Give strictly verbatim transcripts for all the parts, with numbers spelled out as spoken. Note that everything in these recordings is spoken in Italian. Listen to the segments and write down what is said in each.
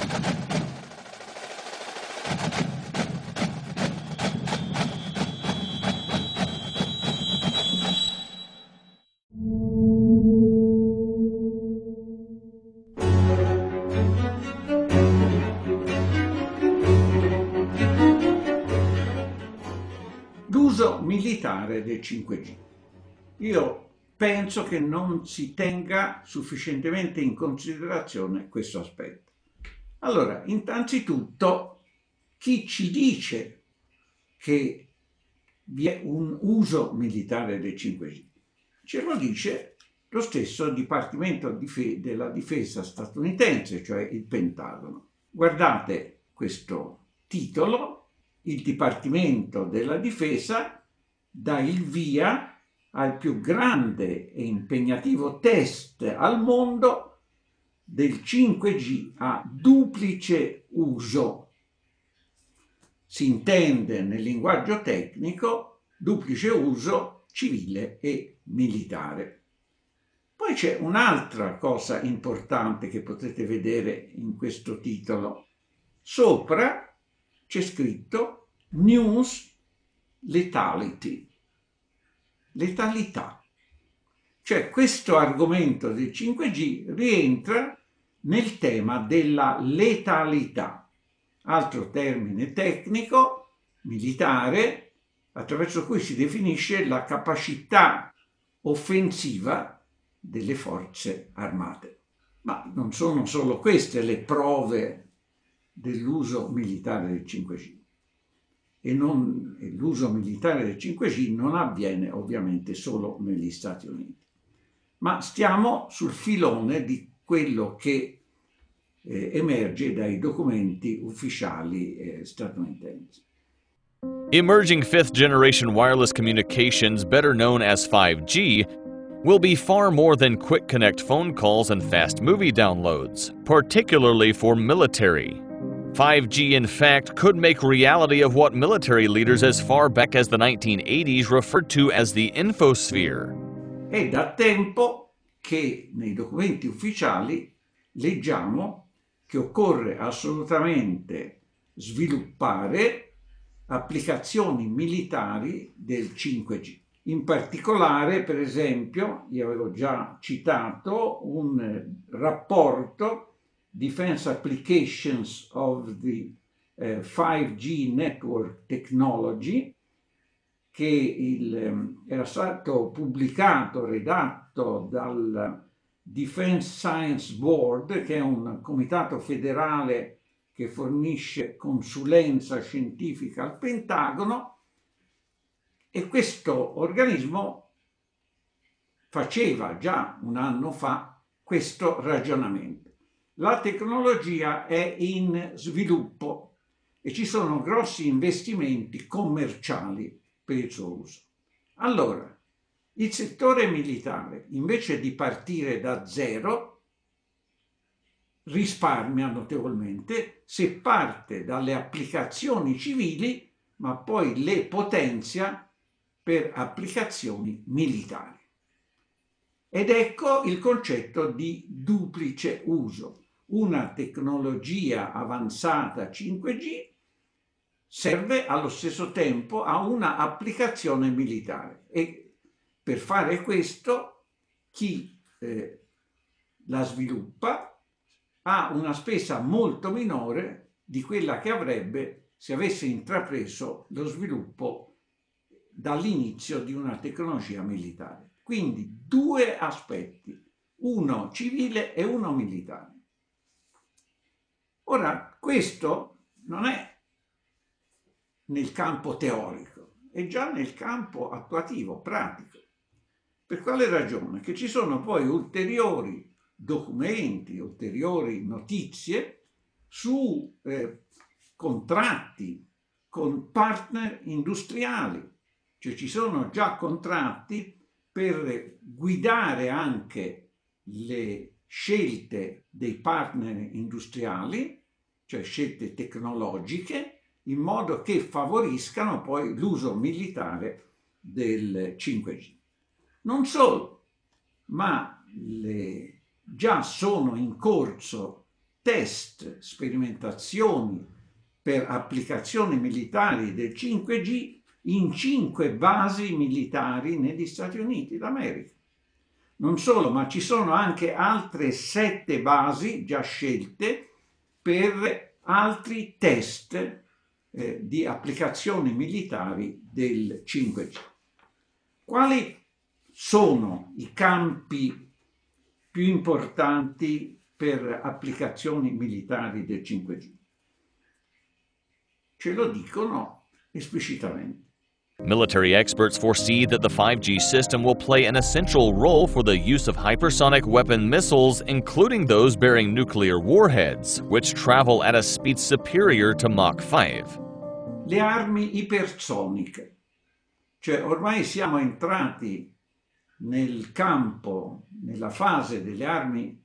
L'uso militare del cinque G. Io penso che non si tenga sufficientemente in considerazione questo aspetto. Allora, innanzitutto, chi ci dice che vi è un uso militare del cinque G? Ce lo dice lo stesso Dipartimento della Difesa statunitense, cioè il Pentagono. Guardate questo titolo: il Dipartimento della Difesa dà il via al più grande e impegnativo test al mondo del cinque G a duplice uso. Si intende nel linguaggio tecnico duplice uso civile e militare. Poi c'è un'altra cosa importante che potete vedere in questo titolo. Sopra c'è scritto News Lethality, letalità. Cioè questo argomento del cinque G rientra nel tema della letalità, altro termine tecnico, militare, attraverso cui si definisce la capacità offensiva delle forze armate. Ma non sono solo queste le prove dell'uso militare del cinque G. E, non, e l'uso militare del cinque G non avviene ovviamente solo negli Stati Uniti. Ma stiamo sul filone di quello che eh, emerge dai documenti ufficiali eh, statunitensi. Emerging fifth generation wireless communications, better known as five G, will be far more than quick connect phone calls and fast movie downloads, particularly for military. five G, in fact, could make reality of what military leaders as far back as the nineteen eighties referred to as the infosphere. È da tempo che nei documenti ufficiali leggiamo che occorre assolutamente sviluppare applicazioni militari del cinque G. In particolare, per esempio, io avevo già citato un rapporto Defense Applications of the uh, five G Network Technology, che il, um, era stato pubblicato, redatto dal Defense Science Board, che è un comitato federale che fornisce consulenza scientifica al Pentagono, e questo organismo faceva già un anno fa questo ragionamento. La tecnologia è in sviluppo e ci sono grossi investimenti commerciali per il suo uso. Allora, il settore militare, invece di partire da zero, risparmia notevolmente se parte dalle applicazioni civili, ma poi le potenzia per applicazioni militari. Ed ecco il concetto di duplice uso. Una tecnologia avanzata cinque G serve allo stesso tempo a una applicazione militare, e per fare questo chi eh, la sviluppa ha una spesa molto minore di quella che avrebbe se avesse intrapreso lo sviluppo dall'inizio di una tecnologia militare. Quindi due aspetti, uno civile e uno militare. Ora, questo non è nel campo teorico, è già nel campo attuativo, pratico. Per quale ragione? Che ci sono poi ulteriori documenti, ulteriori notizie su eh, contratti con partner industriali, cioè ci sono già contratti per guidare anche le scelte dei partner industriali, cioè scelte tecnologiche, in modo che favoriscano poi l'uso militare del cinque G. Non solo, ma le, già sono in corso test, sperimentazioni per applicazioni militari del cinque G in cinque basi militari negli Stati Uniti d'America. Non solo, ma ci sono anche altre sette basi già scelte per altri test eh, di applicazioni militari del cinque G. Quali sono i campi più importanti per applicazioni militari del cinque G? Ce lo dicono esplicitamente. Military experts foresee that the five G system will play an essential role for the use of hypersonic weapon missiles, including those bearing nuclear warheads, which travel at a speed superior to Mach five. Le armi ipersoniche, cioè ormai siamo entrati nel campo, nella fase delle armi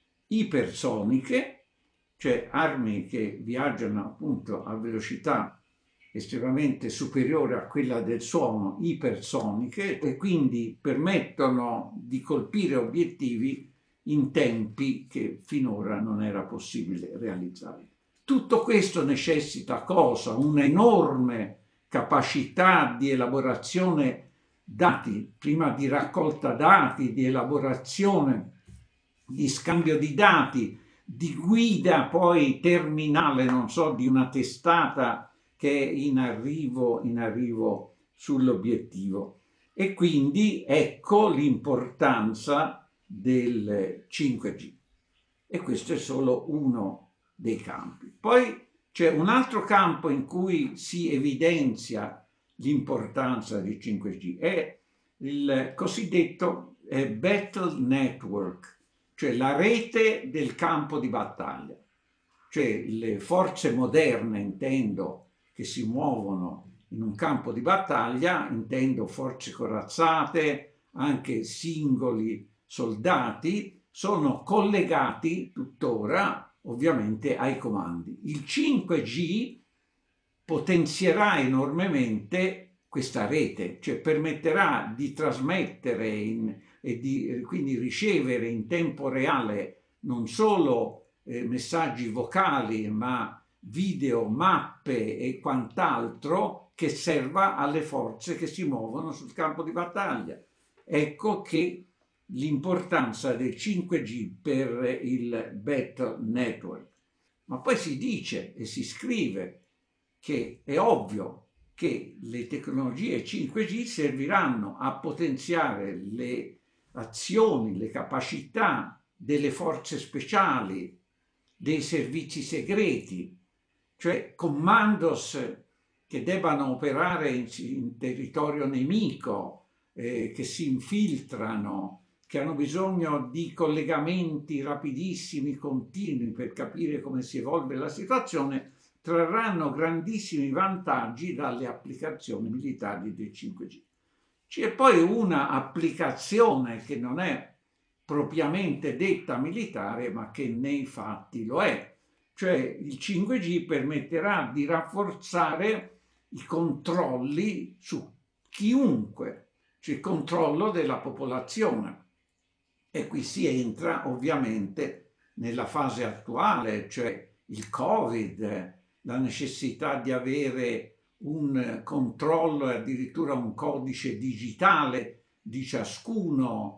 ipersoniche, cioè armi che viaggiano appunto a velocità estremamente superiore a quella del suono, ipersoniche, e quindi permettono di colpire obiettivi in tempi che finora non era possibile realizzare. Tutto questo necessita cosa? Un'enorme capacità di elaborazione dati, prima di raccolta dati, di elaborazione, di scambio di dati, di guida poi terminale, non so, di una testata che è in arrivo, in arrivo sull'obiettivo. E quindi ecco l'importanza del cinque G. E questo è solo uno dei campi. Poi c'è un altro campo in cui si evidenzia l'importanza del cinque G, è il cosiddetto eh, battle network, cioè la rete del campo di battaglia. Cioè le forze moderne, intendo, che si muovono in un campo di battaglia, intendo forze corazzate, anche singoli soldati, sono collegati tuttora ovviamente ai comandi. Il cinque G potenzierà enormemente questa rete, cioè permetterà di trasmettere in, e di quindi ricevere in tempo reale non solo eh, messaggi vocali, ma video, mappe e quant'altro che serva alle forze che si muovono sul campo di battaglia. Ecco che l'importanza del cinque G per il Battle Network. Ma poi si dice e si scrive che è ovvio che le tecnologie cinque G serviranno a potenziare le azioni, le capacità delle forze speciali, dei servizi segreti, cioè commandos che debbano operare in, in territorio nemico, eh, che si infiltrano, che hanno bisogno di collegamenti rapidissimi, continui per capire come si evolve la situazione, trarranno grandissimi vantaggi dalle applicazioni militari del cinque G. C'è poi una applicazione che non è propriamente detta militare, ma che nei fatti lo è. Cioè il cinque G permetterà di rafforzare i controlli su chiunque, cioè il controllo della popolazione. E qui si entra ovviamente nella fase attuale, cioè il Covid, la necessità di avere un controllo e addirittura un codice digitale di ciascuno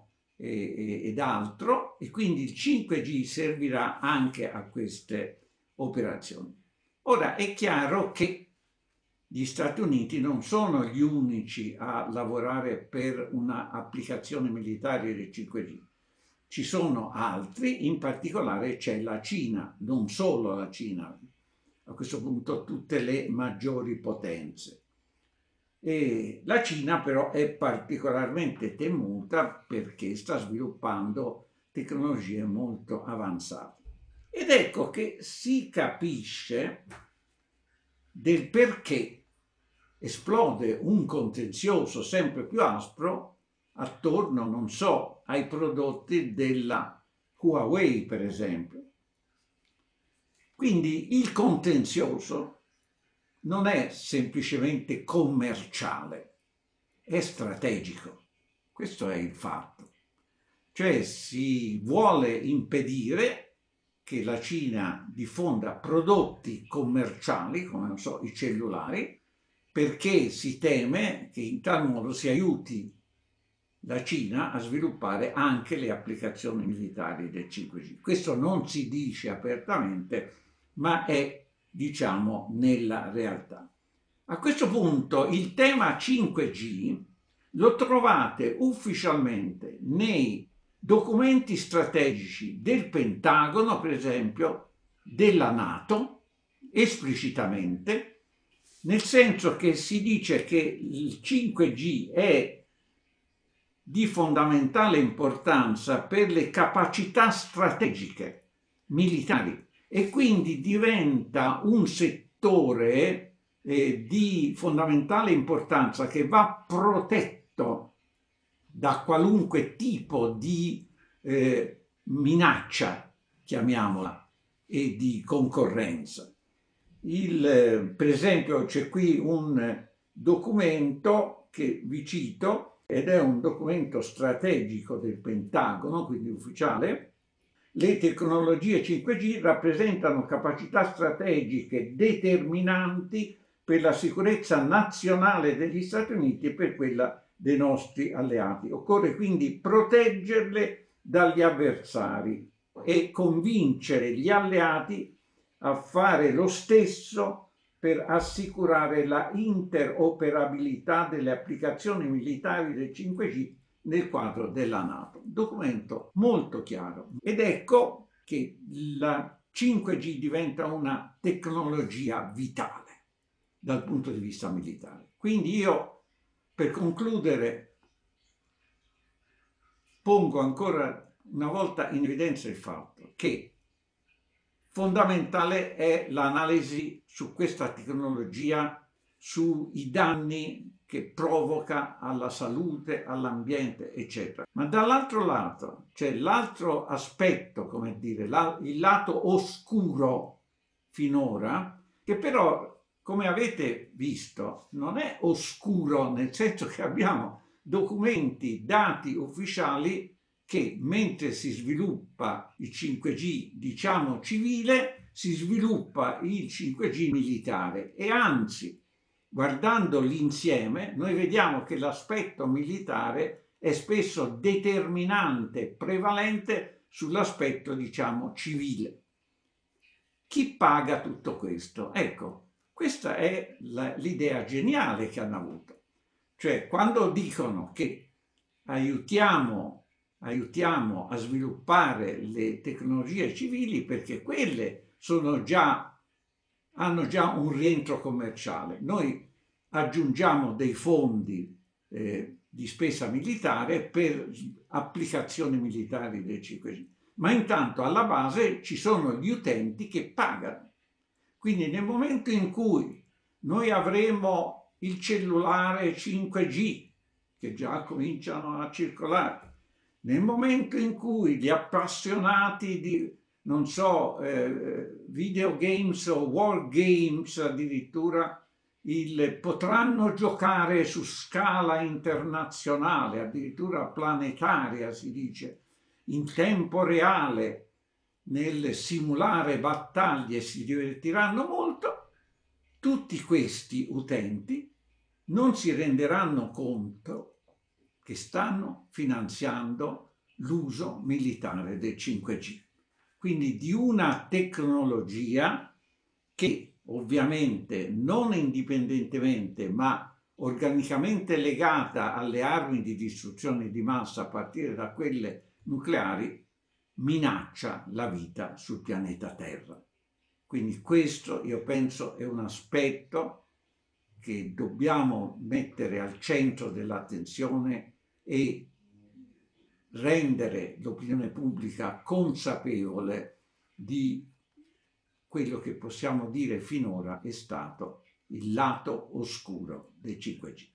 ed altro, e quindi il cinque G servirà anche a queste operazioni. Ora è chiaro che gli Stati Uniti non sono gli unici a lavorare per una applicazione militare del cinque G. Ci sono altri, in particolare c'è la Cina, non solo la Cina, a questo punto tutte le maggiori potenze. E la Cina però è particolarmente temuta perché sta sviluppando tecnologie molto avanzate. Ed ecco che si capisce del perché esplode un contenzioso sempre più aspro attorno, non so, ai prodotti della Huawei, per esempio. Quindi il contenzioso non è semplicemente commerciale, è strategico. Questo è il fatto. Cioè si vuole impedire che la Cina diffonda prodotti commerciali, come non so, i cellulari, perché si teme che in tal modo si aiuti la Cina a sviluppare anche le applicazioni militari del cinque G. Questo non si dice apertamente, ma è, diciamo, nella realtà. A questo punto il tema cinque G lo trovate ufficialmente nei documenti strategici del Pentagono, per esempio, della NATO, esplicitamente, nel senso che si dice che il cinque G è di fondamentale importanza per le capacità strategiche militari e quindi diventa un settore eh, di fondamentale importanza che va protetto da qualunque tipo di eh, minaccia, chiamiamola, e di concorrenza. Il, eh, per esempio c'è qui un documento che vi cito ed è un documento strategico del Pentagono, quindi ufficiale. Le tecnologie cinque G rappresentano capacità strategiche determinanti per la sicurezza nazionale degli Stati Uniti e per quella dei nostri alleati. Occorre quindi proteggerle dagli avversari e convincere gli alleati a fare lo stesso per assicurare la interoperabilità delle applicazioni militari del cinque G nel quadro della NATO. Documento molto chiaro. Ed ecco che la cinque G diventa una tecnologia vitale dal punto di vista militare. Quindi io, per concludere, pongo ancora una volta in evidenza il fatto che fondamentale è l'analisi su questa tecnologia, sui danni che provoca alla salute, all'ambiente, eccetera. Ma dall'altro lato c'è l'altro aspetto, come dire, la, il lato oscuro finora, che però, come avete visto, non è oscuro nel senso che abbiamo documenti, dati ufficiali che mentre si sviluppa il cinque G, diciamo civile, si sviluppa il cinque G militare e anzi, guardando l'insieme, noi vediamo che l'aspetto militare è spesso determinante, prevalente sull'aspetto, diciamo, civile. Chi paga tutto questo? Ecco, questa è l'idea geniale che hanno avuto. Cioè, quando dicono che aiutiamo aiutiamo a sviluppare le tecnologie civili perché quelle sono già, hanno già un rientro commerciale. Noi aggiungiamo dei fondi eh, di spesa militare per applicazioni militari del cinque G, ma intanto alla base ci sono gli utenti che pagano. Quindi nel momento in cui noi avremo il cellulare cinque G, che già cominciano a circolare, nel momento in cui gli appassionati di, non so, eh, videogames o war games addirittura il, potranno giocare su scala internazionale, addirittura planetaria si dice, in tempo reale, nel simulare battaglie si divertiranno molto, tutti questi utenti non si renderanno conto che stanno finanziando l'uso militare del cinque G. Quindi di una tecnologia che ovviamente non indipendentemente ma organicamente legata alle armi di distruzione di massa a partire da quelle nucleari minaccia la vita sul pianeta Terra. Quindi questo io penso è un aspetto che dobbiamo mettere al centro dell'attenzione e rendere l'opinione pubblica consapevole di quello che possiamo dire finora è stato il lato oscuro del cinque G.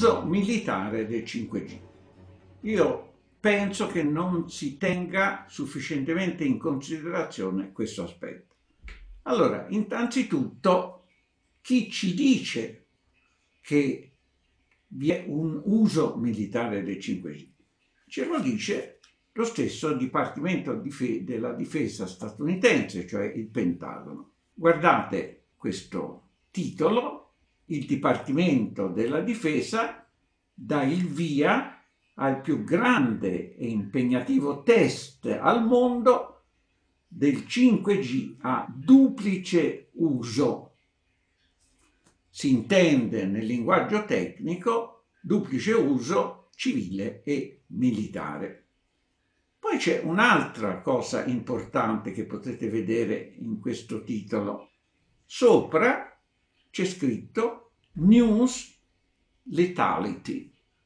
l'uso militare del cinque G. Io penso che non si tenga sufficientemente in considerazione questo aspetto. Allora, innanzitutto, chi ci dice che vi è un uso militare del cinque G? Ce lo dice lo stesso Dipartimento della Difesa statunitense, cioè il Pentagono. Guardate questo titolo: il Dipartimento della Difesa dà il via al più grande e impegnativo test al mondo del cinque G a duplice uso. Si intende nel linguaggio tecnico duplice uso civile e militare. Poi c'è un'altra cosa importante che potete vedere in questo titolo. Sopra c'è scritto News Lethality,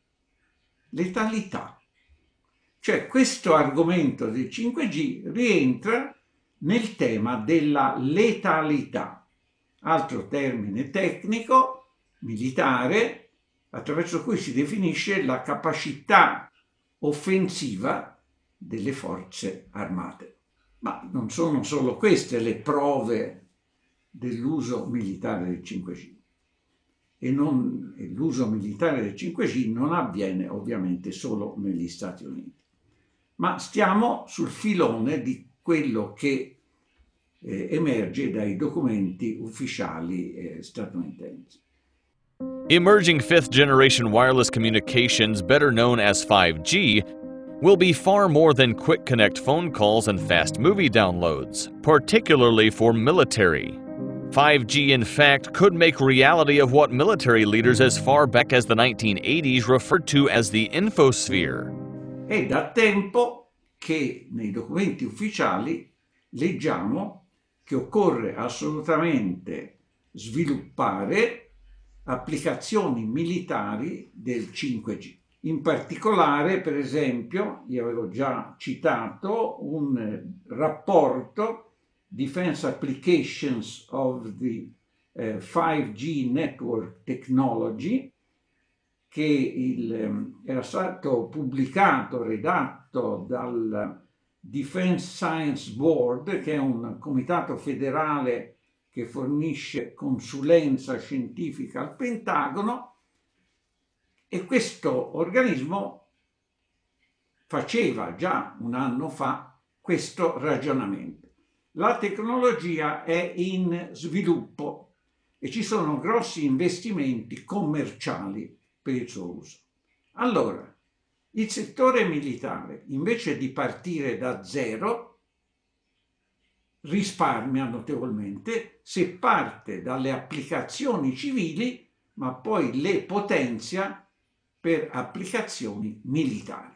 letalità. Cioè questo argomento del cinque G rientra nel tema della letalità, altro termine tecnico, militare, attraverso cui si definisce la capacità offensiva delle forze armate. Ma non sono solo queste le prove dell'uso militare del cinque G. E, non, e l'uso militare del cinque G non avviene ovviamente solo negli Stati Uniti. Ma stiamo sul filone di quello che eh, emerge dai documenti ufficiali eh, statunitensi. Emerging fifth generation wireless communications, better known as five G, will be far more than quick connect phone calls and fast movie downloads, particularly for military. five G, in fact, could make reality of what military leaders as far back as the nineteen eighties referred to as the infosphere. È da tempo che nei documenti ufficiali leggiamo che occorre assolutamente sviluppare applicazioni militari del cinque G. In particolare, per esempio, io avevo già citato un rapporto Defense Applications of the uh, five G Network Technology, che il, um, era stato pubblicato, redatto dal Defense Science Board, che è un comitato federale che fornisce consulenza scientifica al Pentagono, e questo organismo faceva già un anno fa questo ragionamento. La tecnologia è in sviluppo e ci sono grossi investimenti commerciali per il suo uso. Allora, il settore militare, invece di partire da zero, risparmia notevolmente se parte dalle applicazioni civili, ma poi le potenzia per applicazioni militari.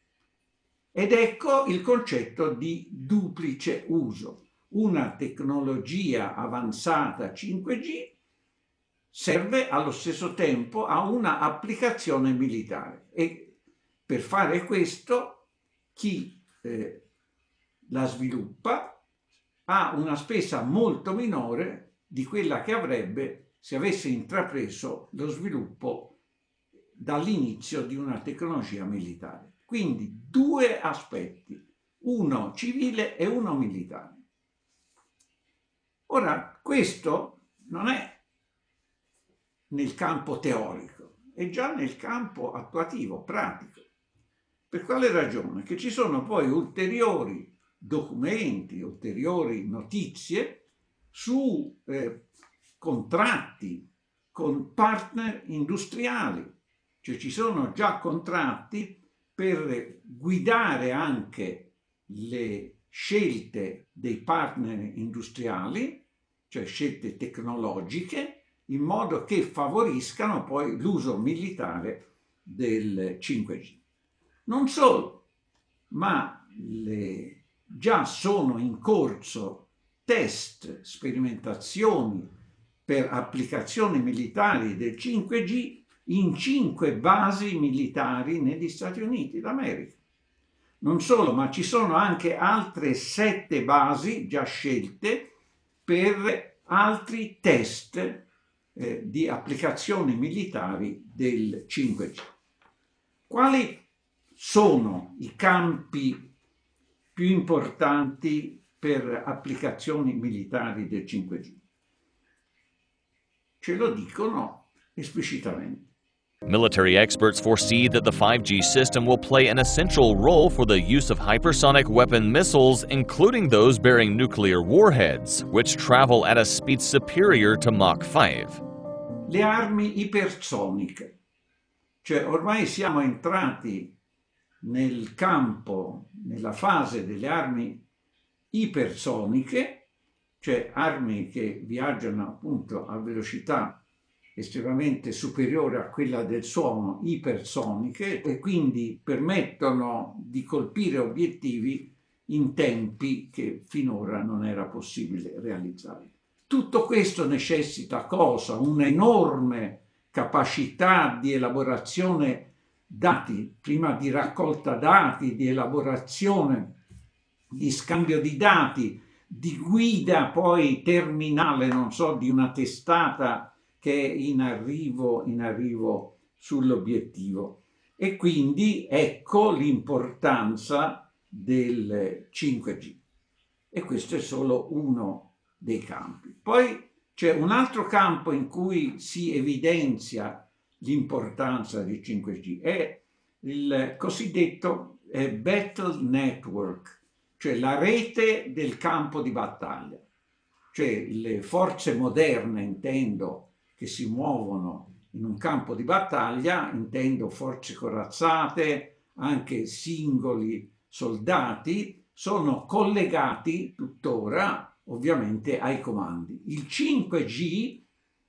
Ed ecco il concetto di duplice uso. Una tecnologia avanzata cinque G serve allo stesso tempo a una applicazione militare, e per fare questo chi eh, la sviluppa ha una spesa molto minore di quella che avrebbe se avesse intrapreso lo sviluppo dall'inizio di una tecnologia militare. Quindi due aspetti, uno civile e uno militare. Ora, questo non è nel campo teorico, è già nel campo attuativo, pratico. Per quale ragione? Che ci sono poi ulteriori documenti, ulteriori notizie su eh, contratti con partner industriali, cioè ci sono già contratti per guidare anche le scelte dei partner industriali, cioè scelte tecnologiche, in modo che favoriscano poi l'uso militare del cinque G. Non solo, ma le, già sono in corso test, sperimentazioni per applicazioni militari del cinque G in cinque basi militari negli Stati Uniti d'America. Non solo, ma ci sono anche altre sette basi già scelte per altri test eh, di applicazioni militari del cinque G. Quali sono i campi più importanti per applicazioni militari del cinque G? Ce lo dicono esplicitamente. Military experts foresee that the five G system will play an essential role for the use of hypersonic weapon missiles, including those bearing nuclear warheads, which travel at a speed superior to Mach five. Le armi ipersoniche, cioè ormai siamo entrati nel campo, nella fase delle armi ipersoniche, cioè armi che viaggiano appunto a velocità estremamente superiore a quella del suono, ipersoniche, e quindi permettono di colpire obiettivi in tempi che finora non era possibile realizzare. Tutto questo necessita cosa? Un'enorme capacità di elaborazione dati, prima di raccolta dati, di elaborazione, di scambio di dati, di guida poi terminale, non so, di una testata che è in arrivo, in arrivo sull'obiettivo. E quindi ecco l'importanza del cinque G. E questo è solo uno dei campi. Poi c'è un altro campo in cui si evidenzia l'importanza del cinque G, è il cosiddetto eh, battle network, cioè la rete del campo di battaglia. Cioè le forze moderne, intendo, che si muovono in un campo di battaglia, intendo forze corazzate, anche singoli soldati, sono collegati tuttora ovviamente ai comandi. Il cinque G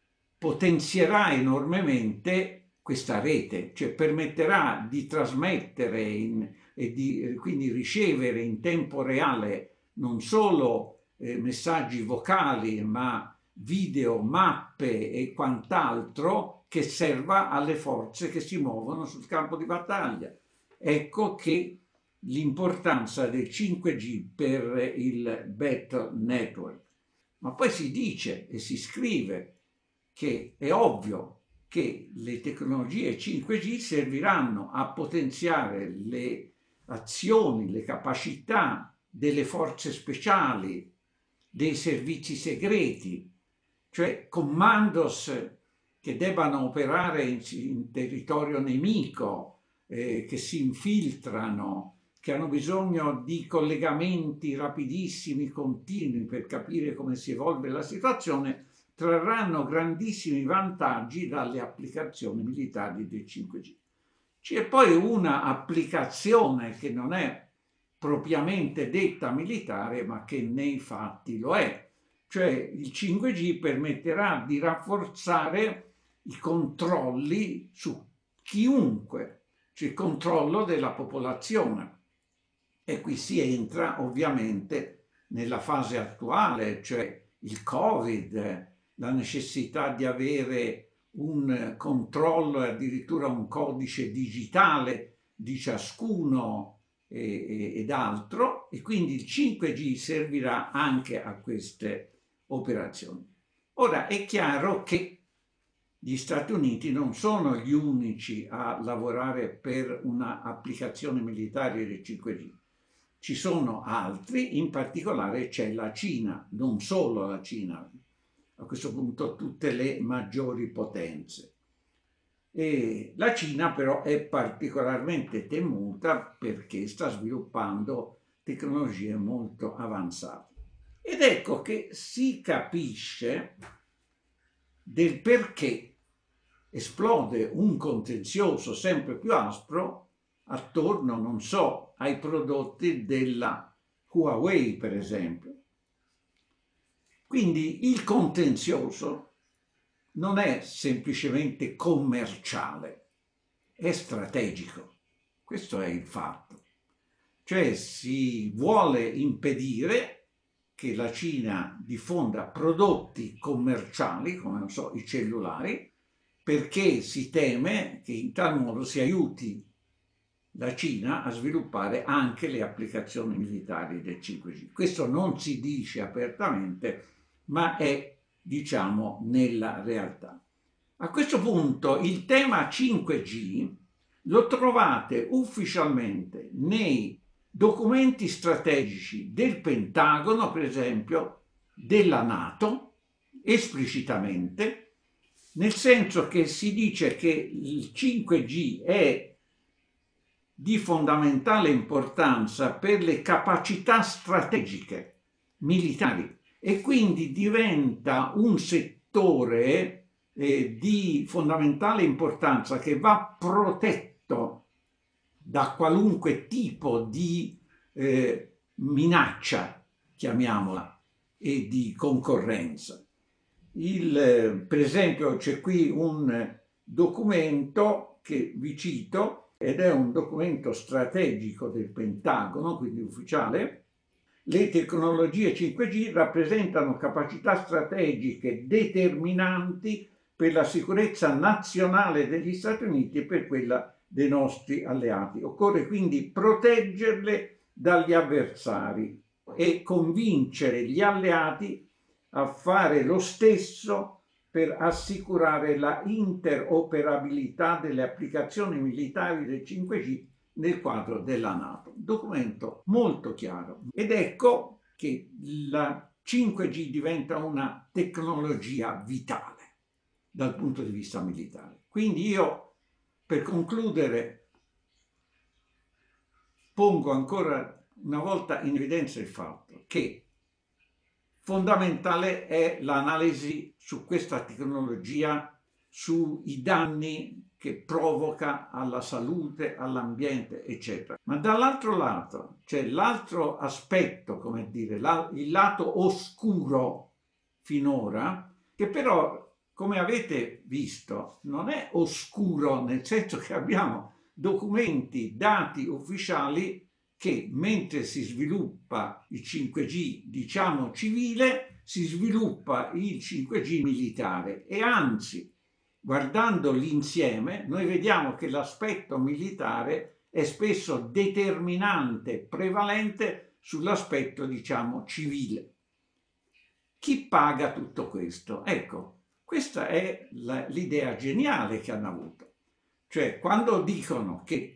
potenzierà enormemente questa rete, cioè permetterà di trasmettere in, e di quindi ricevere in tempo reale non solo eh, messaggi vocali, ma video, mappe e quant'altro che serva alle forze che si muovono sul campo di battaglia. Ecco che l'importanza del cinque G per il battle network. Ma poi si dice e si scrive che è ovvio che le tecnologie cinque G serviranno a potenziare le azioni, le capacità delle forze speciali, dei servizi segreti, cioè commandos che debbano operare in, in territorio nemico, eh, che si infiltrano, che hanno bisogno di collegamenti rapidissimi, continui per capire come si evolve la situazione, trarranno grandissimi vantaggi dalle applicazioni militari del cinque G. C'è poi una applicazione che non è propriamente detta militare, ma che nei fatti lo è. Cioè il cinque G permetterà di rafforzare i controlli su chiunque, cioè il controllo della popolazione. E qui si entra ovviamente nella fase attuale, cioè il Covid, la necessità di avere un controllo e addirittura un codice digitale di ciascuno ed altro, e quindi il cinque G servirà anche a queste operazioni. Ora è chiaro che gli Stati Uniti non sono gli unici a lavorare per una applicazione militare del cinque G. Ci sono altri, in particolare c'è la Cina, non solo la Cina, a questo punto tutte le maggiori potenze. E la Cina però è particolarmente temuta perché sta sviluppando tecnologie molto avanzate. Ed ecco che si capisce del perché esplode un contenzioso sempre più aspro attorno, non so, ai prodotti della Huawei, per esempio. Quindi il contenzioso non è semplicemente commerciale, è strategico. Questo è il fatto. Cioè si vuole impedire che la Cina diffonda prodotti commerciali, come non so, i cellulari, perché si teme che in tal modo si aiuti la Cina a sviluppare anche le applicazioni militari del cinque G. Questo non si dice apertamente, ma è diciamo, nella realtà. A questo punto il tema cinque G lo trovate ufficialmente nei documenti strategici del Pentagono, per esempio, della NATO, esplicitamente, nel senso che si dice che il cinque G è di fondamentale importanza per le capacità strategiche militari e quindi diventa un settore eh, di fondamentale importanza che va protetto da qualunque tipo di eh, minaccia, chiamiamola, e di concorrenza. Il, per esempio c'è qui un documento che vi cito ed è un documento strategico del Pentagono, quindi ufficiale. Le tecnologie cinque G rappresentano capacità strategiche determinanti per la sicurezza nazionale degli Stati Uniti e per quella dei nostri alleati. Occorre quindi proteggerle dagli avversari e convincere gli alleati a fare lo stesso per assicurare la interoperabilità delle applicazioni militari del cinque G nel quadro della NATO. Documento molto chiaro. Ed ecco che la cinque G diventa una tecnologia vitale dal punto di vista militare. Quindi io, per concludere, pongo ancora una volta in evidenza il fatto che fondamentale è l'analisi su questa tecnologia, sui danni che provoca alla salute, all'ambiente, eccetera. Ma dall'altro lato c'è l'altro aspetto, come dire, la, il lato oscuro finora, che però, come avete visto, non è oscuro nel senso che abbiamo documenti, dati ufficiali che mentre si sviluppa il cinque G, diciamo civile, si sviluppa il cinque G militare e anzi, guardando l'insieme, noi vediamo che l'aspetto militare è spesso determinante, prevalente sull'aspetto, diciamo, civile. Chi paga tutto questo? Ecco, questa è l'idea geniale che hanno avuto. Cioè, quando dicono che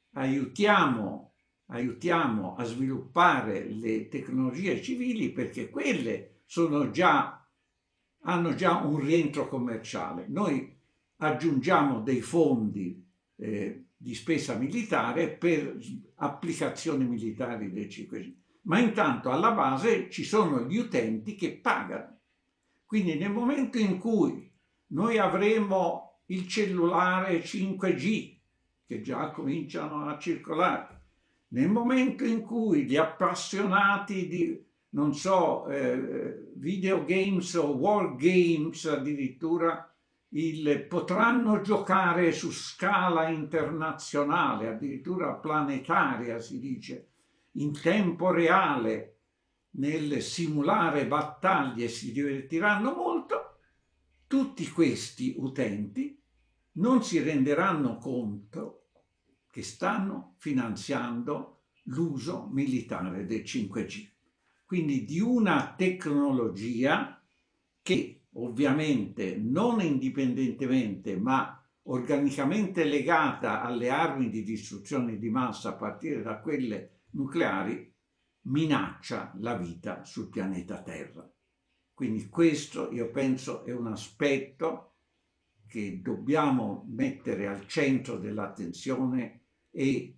aiutiamo aiutiamo a sviluppare le tecnologie civili perché quelle sono già, hanno già un rientro commerciale. Noi aggiungiamo dei fondi eh, di spesa militare per applicazioni militari del cinque G, ma intanto alla base ci sono gli utenti che pagano. Quindi nel momento in cui noi avremo il cellulare cinque G, che già cominciano a circolare, nel momento in cui gli appassionati di, non so, eh, videogames o war games addirittura il, potranno giocare su scala internazionale, addirittura planetaria si dice, in tempo reale, nel simulare battaglie si divertiranno molto, tutti questi utenti non si renderanno conto che stanno finanziando l'uso militare del cinque G. Quindi di una tecnologia che ovviamente non indipendentemente ma organicamente legata alle armi di distruzione di massa a partire da quelle nucleari minaccia la vita sul pianeta Terra. Quindi questo io penso è un aspetto che dobbiamo mettere al centro dell'attenzione e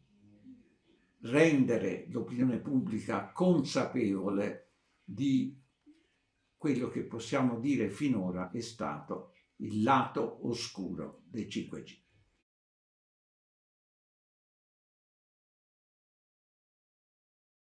rendere l'opinione pubblica consapevole di quello che possiamo dire finora è stato il lato oscuro del cinque G.